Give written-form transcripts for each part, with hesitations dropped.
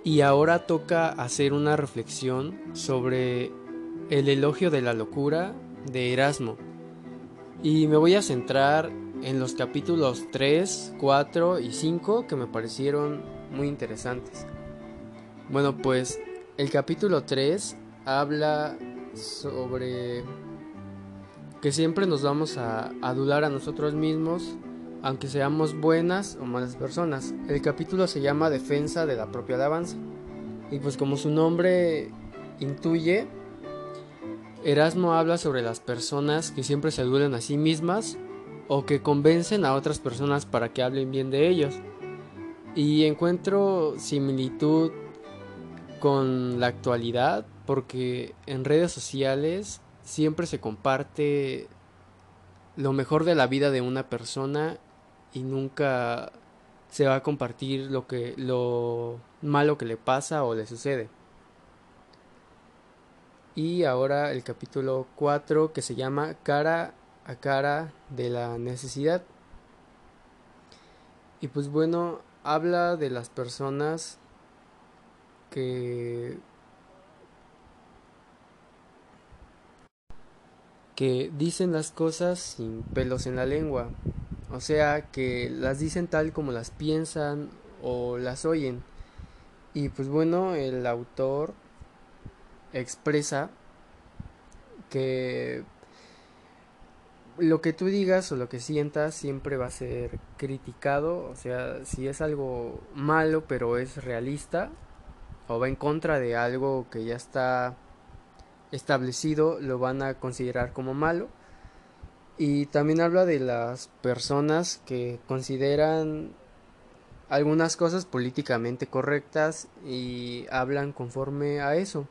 Y ahora toca hacer una reflexión sobre el elogio de la locura de Erasmo. Y me voy a centrar en los capítulos 3, 4 y 5 que me parecieron muy interesantes. Bueno, pues el capítulo 3 habla sobre que siempre nos vamos a adular a nosotros mismos, aunque seamos buenas o malas personas. El capítulo se llama Defensa de la propia alabanza. Y pues como su nombre intuye, Erasmo habla sobre las personas que siempre se adulan a sí mismas o que convencen a otras personas para que hablen bien de ellos. Y encuentro similitud con la actualidad porque en redes sociales siempre se comparte lo mejor de la vida de una persona y nunca se va a compartir lo malo que le pasa o le sucede. Y ahora el capítulo 4 que se llama Cara a cara de la necesidad. Y pues bueno, habla de las personas que que dicen las cosas sin pelos en la lengua, o sea, que las dicen tal como las piensan o las oyen. Y pues bueno, el autor expresa que lo que tú digas o lo que sientas siempre va a ser criticado, o sea, si es algo malo pero es realista o va en contra de algo que ya está establecido, lo van a considerar como malo. Y también habla de las personas que consideran algunas cosas políticamente correctas y hablan conforme a eso.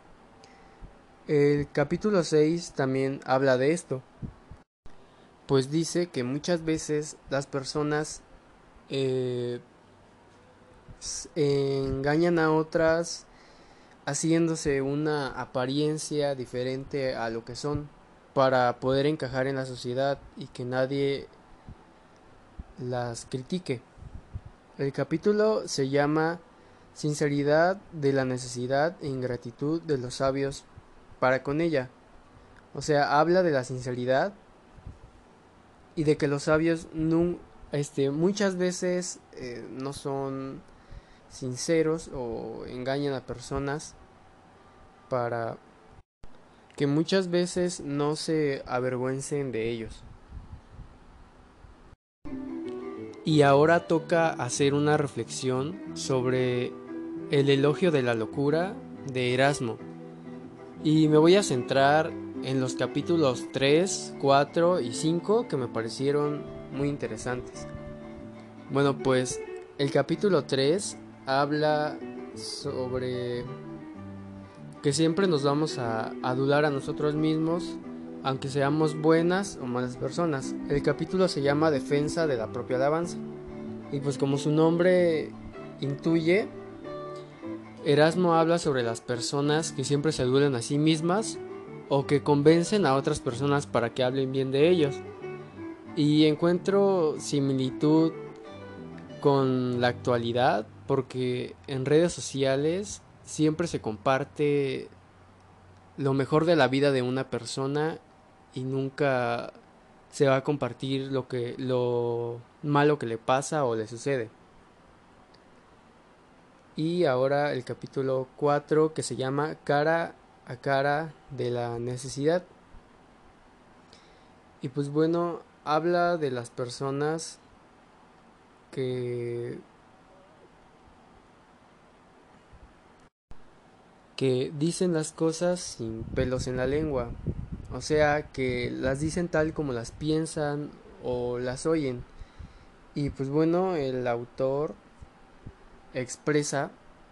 El capítulo 6 también habla de esto, pues dice que muchas veces las personas eh, engañan a otras haciéndose una apariencia diferente a lo que son para poder encajar en la sociedad y que nadie las critique. El capítulo se llama Sinceridad de la necesidad e ingratitud de los sabios para con ella. O sea, habla de la sinceridad y de que los sabios muchas veces no son sinceros o engañan a personas para que muchas veces no se avergüencen de ellos. Y ahora toca hacer una reflexión sobre el elogio de la locura de Erasmo. Y me voy a centrar en los capítulos 3, 4 y 5 que me parecieron muy interesantes. Bueno, pues el capítulo 3 habla sobre que siempre nos vamos a adular a nosotros mismos, aunque seamos buenas o malas personas. El capítulo se llama Defensa de la propia alabanza. Y pues como su nombre intuye, Erasmo habla sobre las personas que siempre se adulan a sí mismas o que convencen a otras personas para que hablen bien de ellos. Y encuentro similitud con la actualidad porque en redes sociales siempre se comparte lo mejor de la vida de una persona y nunca se va a compartir lo malo que le pasa o le sucede. Y ahora el capítulo 4 que se llama Cara a cara de la necesidad. Y pues bueno, habla de las personas que que dicen las cosas sin pelos en la lengua, o sea, que las dicen tal como las piensan o las oyen. Y pues bueno, el autor expresa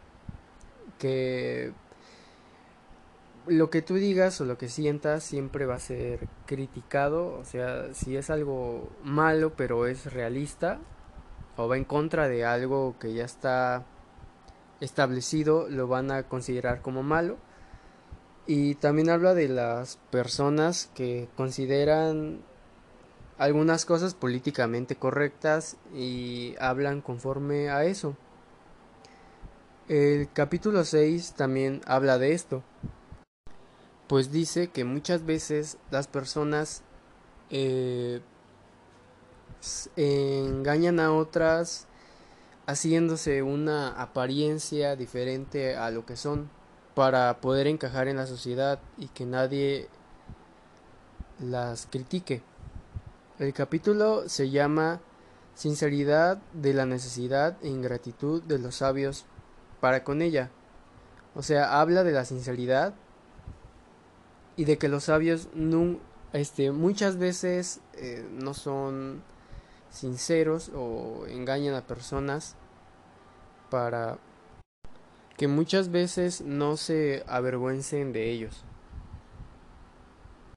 que lo que tú digas o lo que sientas siempre va a ser criticado, o sea, si es algo malo pero es realista o va en contra de algo que ya está establecido, lo van a considerar como malo. Y también habla de las personas que consideran algunas cosas políticamente correctas y hablan conforme a eso. El capítulo 6 también habla de esto, pues dice que muchas veces las personas eh, engañan a otras haciéndose una apariencia diferente a lo que son para poder encajar en la sociedad y que nadie las critique. El capítulo se llama Sinceridad de la necesidad e ingratitud de los sabios para con ella. O sea, habla de la sinceridad y de que los sabios muchas veces no son sinceros o engañan a personas para que muchas veces no se avergüencen de ellos.